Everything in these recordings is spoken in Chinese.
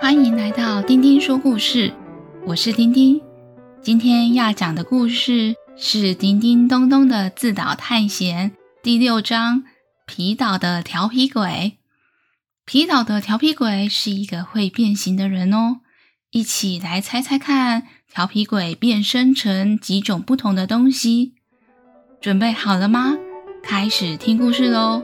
欢迎来到丁丁说故事，我是丁丁。今天要讲的故事是叮叮咚咚的自岛探险第6章皮岛的调皮鬼。皮岛的调皮鬼是一个会变形的人哦，一起来猜猜看调皮鬼变身成几种不同的东西。准备好了吗？开始听故事咯。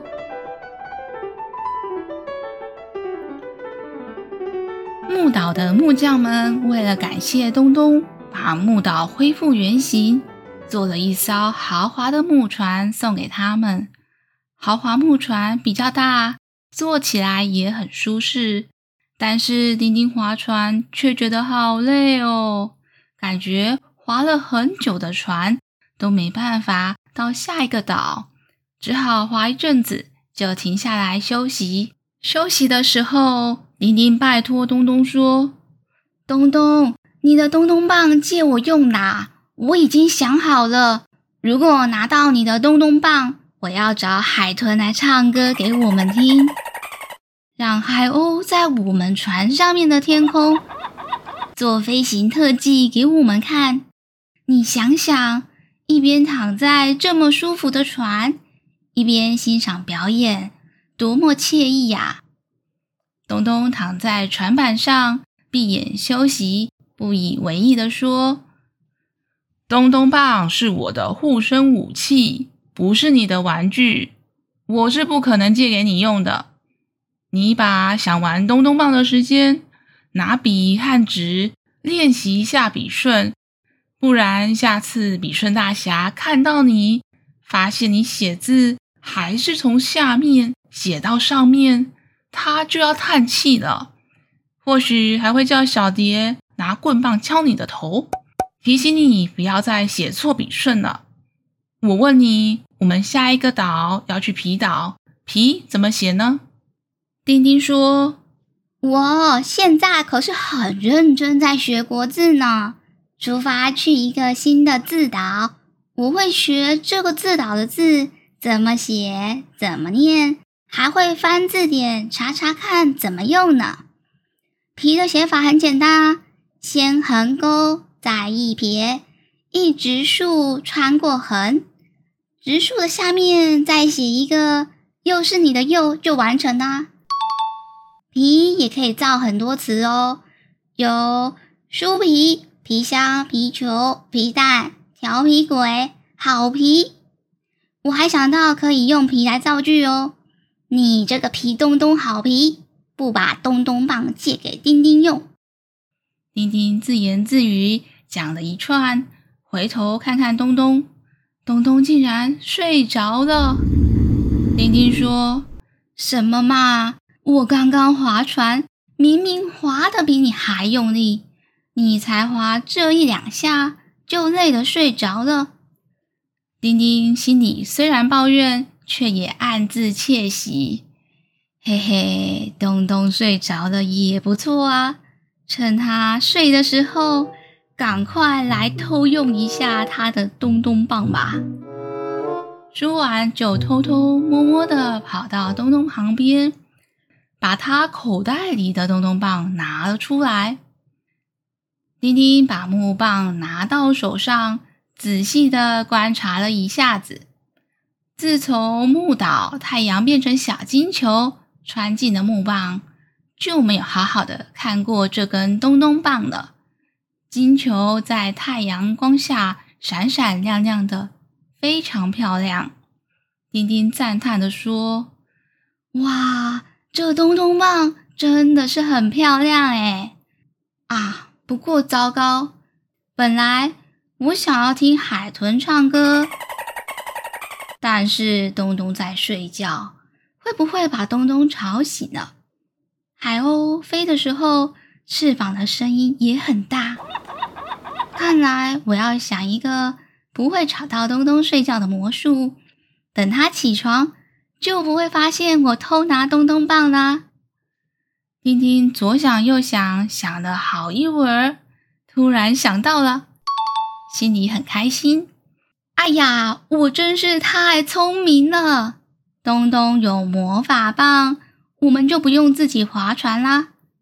木岛的木匠们为了感谢东东，把木岛恢复原形，做了一艘豪华的木船送给他们。豪华木船比较大，坐起来也很舒适，但是丁丁划船却觉得好累哦，感觉划了很久的船都没办法到下一个岛，只好划一阵子就停下来休息。休息的时候，丁丁拜托东东说：东东，你的东东棒借我用啦，我已经想好了，如果拿到你的东东棒，我要找海豚来唱歌给我们听，让海鸥在我们船上面的天空做飞行特技给我们看。你想想，一边躺在这么舒服的船，一边欣赏表演，多么惬意呀！东东躺在船板上，闭眼休息，不以为意地说：东东棒是我的护身武器，不是你的玩具，我是不可能借给你用的。你把想玩东东棒的时间，拿笔和纸练习一下笔顺，不然下次笔顺大侠看到你，发现你写字还是从下面写到上面，他就要叹气了，或许还会叫小蝶拿棍棒敲你的头，提醒你不要再写错笔顺了。我问你，我们下一个岛要去皮岛，皮怎么写呢？丁丁说：我现在可是很认真在学国字呢，出发去一个新的字岛，我会学这个字岛的字怎么写，怎么念，还会翻字典查查看怎么用呢。皮的写法很简单啊，先横勾，再一撇，一直竖穿过横，直竖的下面再写一个又是你的又，就完成啦。皮也可以造很多词哦，有酥皮、皮箱、皮球、皮蛋、调皮鬼、好皮。我还想到可以用皮来造句哦，你这个皮东东好皮，不把东东棒借给丁丁用。丁丁自言自语讲了一串，回头看看东东，东东竟然睡着了。丁丁说：什么嘛，我刚刚划船，明明划得比你还用力，你才划这一两下就累得睡着了。丁丁心里虽然抱怨，却也暗自窃喜。嘿嘿，东东睡着了也不错啊，趁他睡的时候，赶快来偷用一下他的东东棒吧。说完就偷偷摸摸地跑到东东旁边，把他口袋里的东东棒拿了出来。丁丁把木棒拿到手上，仔细地观察了一下子。自从木岛太阳变成小金球穿进了木棒，就没有好好的看过这根东东棒了。金球在太阳光下闪闪亮亮的，非常漂亮。丁丁赞叹地说：哇，这东东棒真的是很漂亮耶！啊，不过糟糕，本来我想要听海豚唱歌，但是东东在睡觉，会不会把东东吵醒了？海鸥飞的时候，翅膀的声音也很大。看来我要想一个不会吵到东东睡觉的魔术，等他起床就不会发现我偷拿东东棒啦。丁丁左想右想，想了好一会儿，突然想到了，心里很开心。哎呀，我真是太聪明了！东东有魔法棒，我们就不用自己划船啦，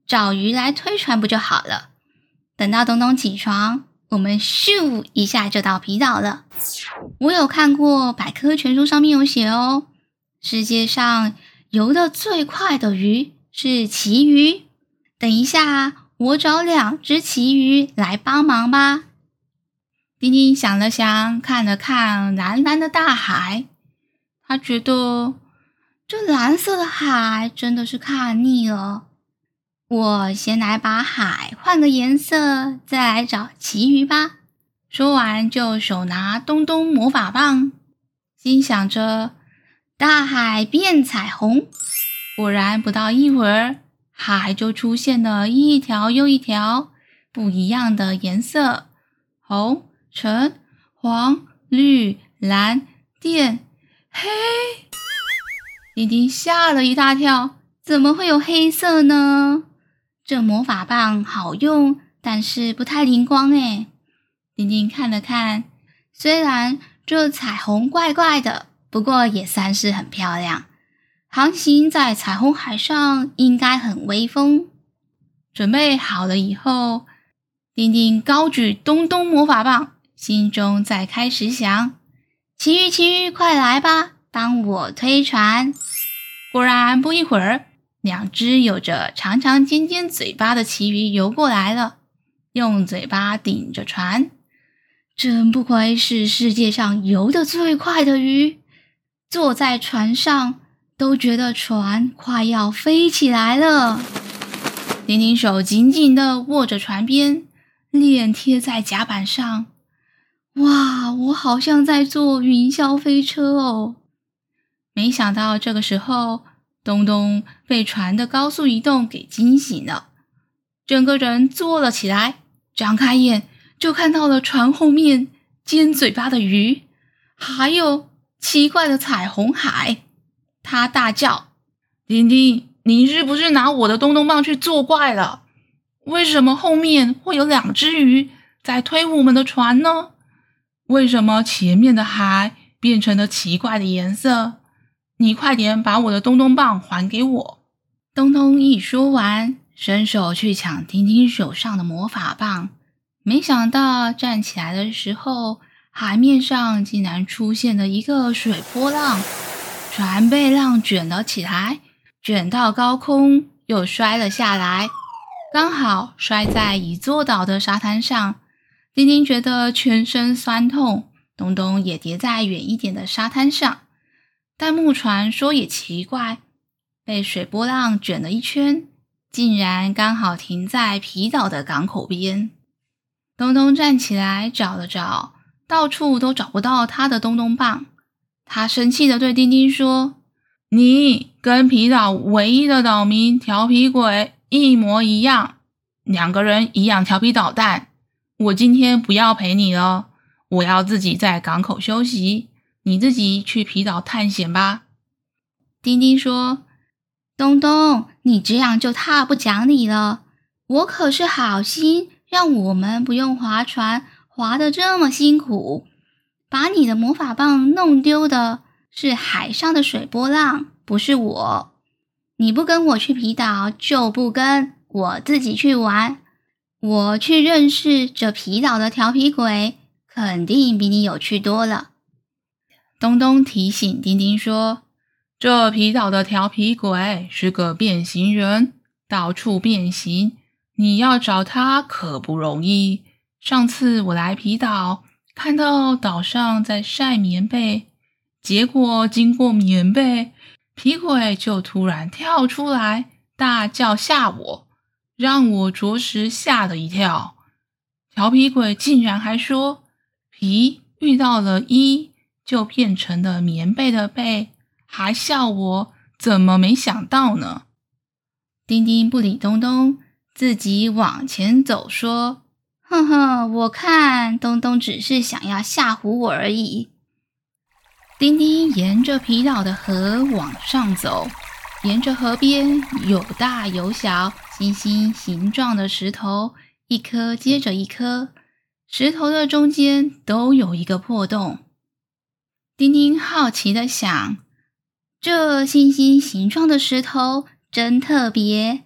找鱼来推船不就好了？等到东东起床，我们咻一下就到皮岛了。我有看过百科全书上面有写哦，世界上游得最快的鱼是旗鱼。等一下，我找2只旗鱼来帮忙吧。丁丁想了想，看了看蓝蓝的大海，他觉得这蓝色的海真的是看腻了。我先来把海换个颜色，再来找旗鱼吧。说完就手拿东东魔法棒，心想着大海变彩虹。果然不到一会儿，海就出现了一条又一条不一样的颜色，红、橙、黄、绿、蓝、靛、黑。丁丁吓了一大跳，怎么会有黑色呢？这魔法棒好用，但是不太灵光诶。丁丁看了看，虽然这彩虹怪怪的，不过也算是很漂亮。航行在彩虹海上应该很威风。准备好了以后，丁丁高举东东魔法棒，心中在开始想：旗鱼旗鱼，快来吧，帮我推船。果然不一会儿，2只有着长长尖尖嘴巴的旗鱼游过来了，用嘴巴顶着船。真不愧是世界上游得最快的鱼，坐在船上都觉得船快要飞起来了。丁丁手紧紧地握着船边，脸贴在甲板上。哇，我好像在坐云霄飞车哦。没想到这个时候，东东被船的高速移动给惊醒了，整个人坐了起来，张开眼就看到了船后面尖嘴巴的鱼，还有奇怪的彩虹海。他大叫：丁丁，你是不是拿我的东东棒去作怪了？为什么后面会有2只鱼在推我们的船呢？为什么前面的海变成了奇怪的颜色？你快点把我的东东棒还给我。东东一说完，伸手去抢丁丁手上的魔法棒，没想到站起来的时候，海面上竟然出现了一个水波浪，船被浪卷了起来，卷到高空又摔了下来，刚好摔在已作倒的沙滩上。丁丁觉得全身酸痛，东东也跌在远一点的沙滩上。但木船说也奇怪，被水波浪卷了一圈，竟然刚好停在皮岛的港口边。东东站起来找了找，到处都找不到他的东东棒。他生气地对丁丁说：你跟皮岛唯一的岛民调皮鬼一模一样，2个人一样调皮捣蛋。我今天不要陪你了，我要自己在港口休息，你自己去皮岛探险吧。丁丁说：东东，你这样就太不讲理了，我可是好心让我们不用划船划得这么辛苦，把你的魔法棒弄丢的是海上的水波浪，不是我。你不跟我去皮岛就不跟，我自己去玩。我去认识这皮岛的调皮鬼，肯定比你有趣多了。东东提醒丁丁说：这皮岛的调皮鬼是个变形人，到处变形，你要找他可不容易。上次我来皮岛，看到岛上在晒棉被，结果经过棉被，皮鬼就突然跳出来，大叫吓我，让我着实吓了一跳。调皮鬼竟然还说，皮遇到了衣就变成了棉被的被，还笑我怎么没想到呢？丁丁不理东东，自己往前走说：哼哼，我看东东只是想要吓唬我而已。丁丁沿着皮岛的河往上走，沿着河边有大有小星星形状的石头，一颗接着一颗，石头的中间都有一个破洞。丁丁好奇地想，这星星形状的石头真特别，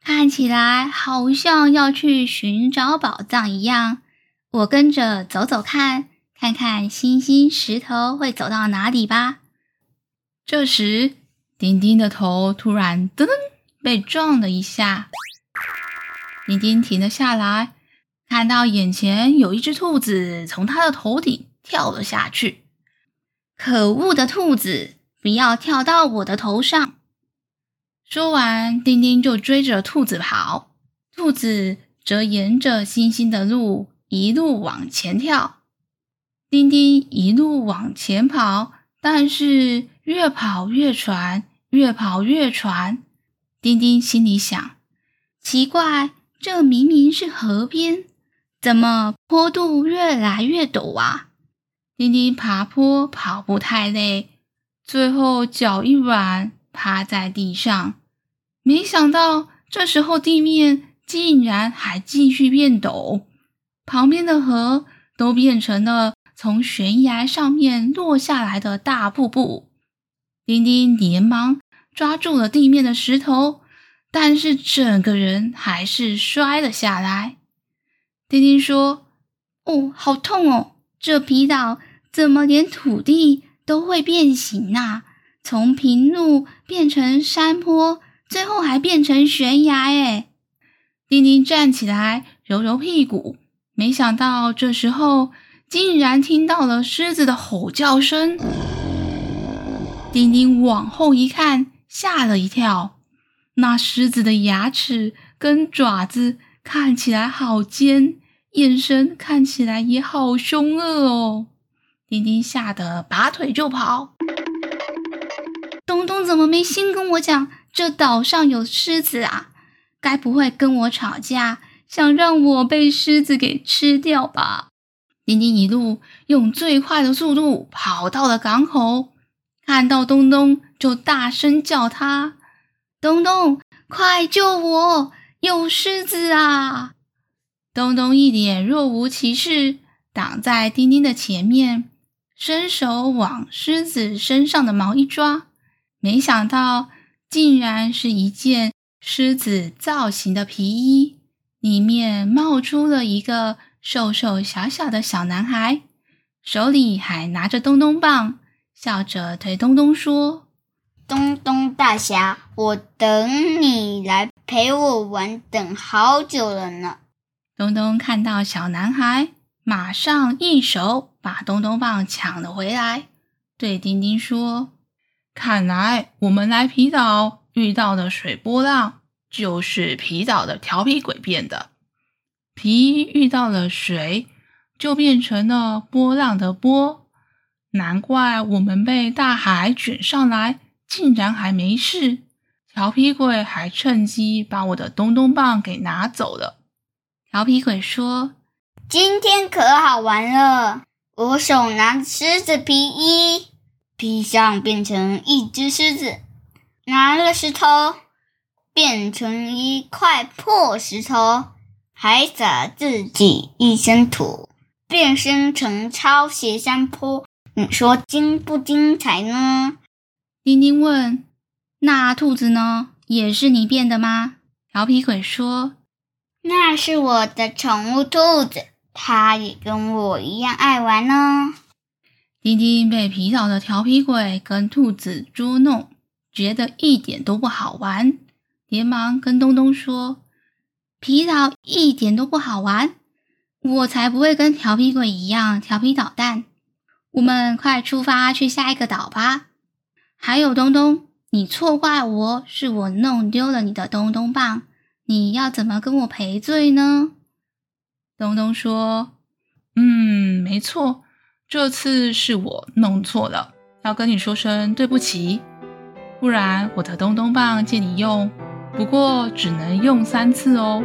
看起来好像要去寻找宝藏一样。我跟着走走看，看看星星石头会走到哪里吧。这时，丁丁的头突然噔噔被撞了一下。丁丁停了下来，看到眼前有一只兔子从他的头顶跳了下去。可恶的兔子，不要跳到我的头上！说完，丁丁就追着兔子跑，兔子则沿着星星的路一路往前跳。丁丁一路往前跑，但是越跑越喘，越跑越喘。丁丁心里想，奇怪，这明明是河边，怎么坡度越来越陡啊？丁丁爬坡跑步太累，最后脚一软，趴在地上。没想到这时候地面竟然还继续变陡，旁边的河都变成了从悬崖上面落下来的大瀑布。丁丁连忙抓住了地面的石头，但是整个人还是摔了下来。丁丁说：哦，好痛哦，这皮岛怎么连土地都会变形啊？从平路变成山坡，最后还变成悬崖耶！丁丁站起来揉揉屁股，没想到这时候竟然听到了狮子的吼叫声。丁丁往后一看，吓了一跳，那狮子的牙齿跟爪子看起来好尖，眼神看起来也好凶恶哦。丁丁吓得拔腿就跑。东东怎么没先跟我讲这岛上有狮子啊？该不会跟我吵架，想让我被狮子给吃掉吧？丁丁一路用最快的速度跑到了港口，看到东东就大声叫他：东东，快救我，有狮子啊！东东一脸若无其事，挡在丁丁的前面，伸手往狮子身上的毛一抓，没想到竟然是一件狮子造型的皮衣，里面冒出了一个瘦瘦小小的小男孩，手里还拿着东东棒，笑着对东东说： 东东大侠，我等你来陪我玩等好久了呢。 东东看到小男孩，马上一手把东东棒抢了回来，对丁丁说：看来我们来皮岛遇到的水波浪就是皮岛的调皮鬼变的。皮遇到了水，就变成了波浪的波。难怪我们被大海卷上来，竟然还没事。调皮鬼还趁机把我的东东棒给拿走了。调皮鬼说： 今天可好玩了，我手拿狮子皮衣，披上变成一只狮子，拿了石头变成一块破石头，还撒自己一身土，变身成超斜山坡，你说精不精彩呢？ 丁丁问：那兔子呢？也是你变的吗？调皮鬼说： 那是我的宠物兔子，它也跟我一样爱玩呢。 丁丁被皮岛的调皮鬼跟兔子捉弄，觉得一点都不好玩，连忙跟东东说：皮岛一点都不好玩，我才不会跟调皮鬼一样调皮捣蛋。我们快出发去下一个岛吧。还有东东，你错怪我，是我弄丢了你的东东棒，你要怎么跟我赔罪呢？东东说：没错，这次是我弄错了，要跟你说声对不起，不然我的东东棒借你用，不过只能用3次哦。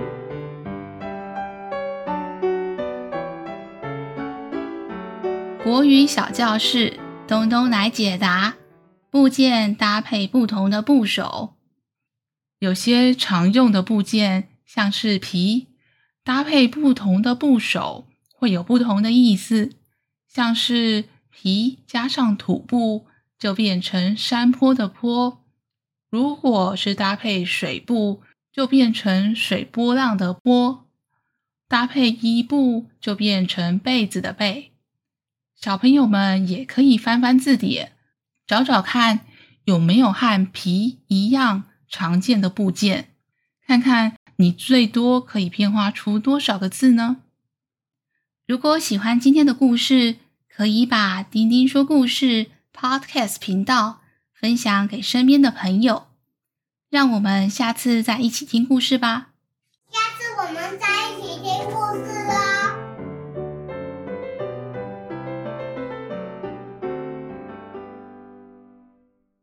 国语小教室，东东来解答。部件搭配不同的部首，有些常用的部件像是皮，搭配不同的部首会有不同的意思，像是皮加上土部就变成山坡的坡，如果是搭配水部就变成水波浪的波，搭配衣布就变成被子的被。小朋友们也可以翻翻字典，找找看有没有和皮一样常见的部件，看看你最多可以变化出多少个字呢？如果喜欢今天的故事，可以把丁丁说故事 Podcast 频道分享给身边的朋友，让我们下次再一起听故事吧。 下次我们再一起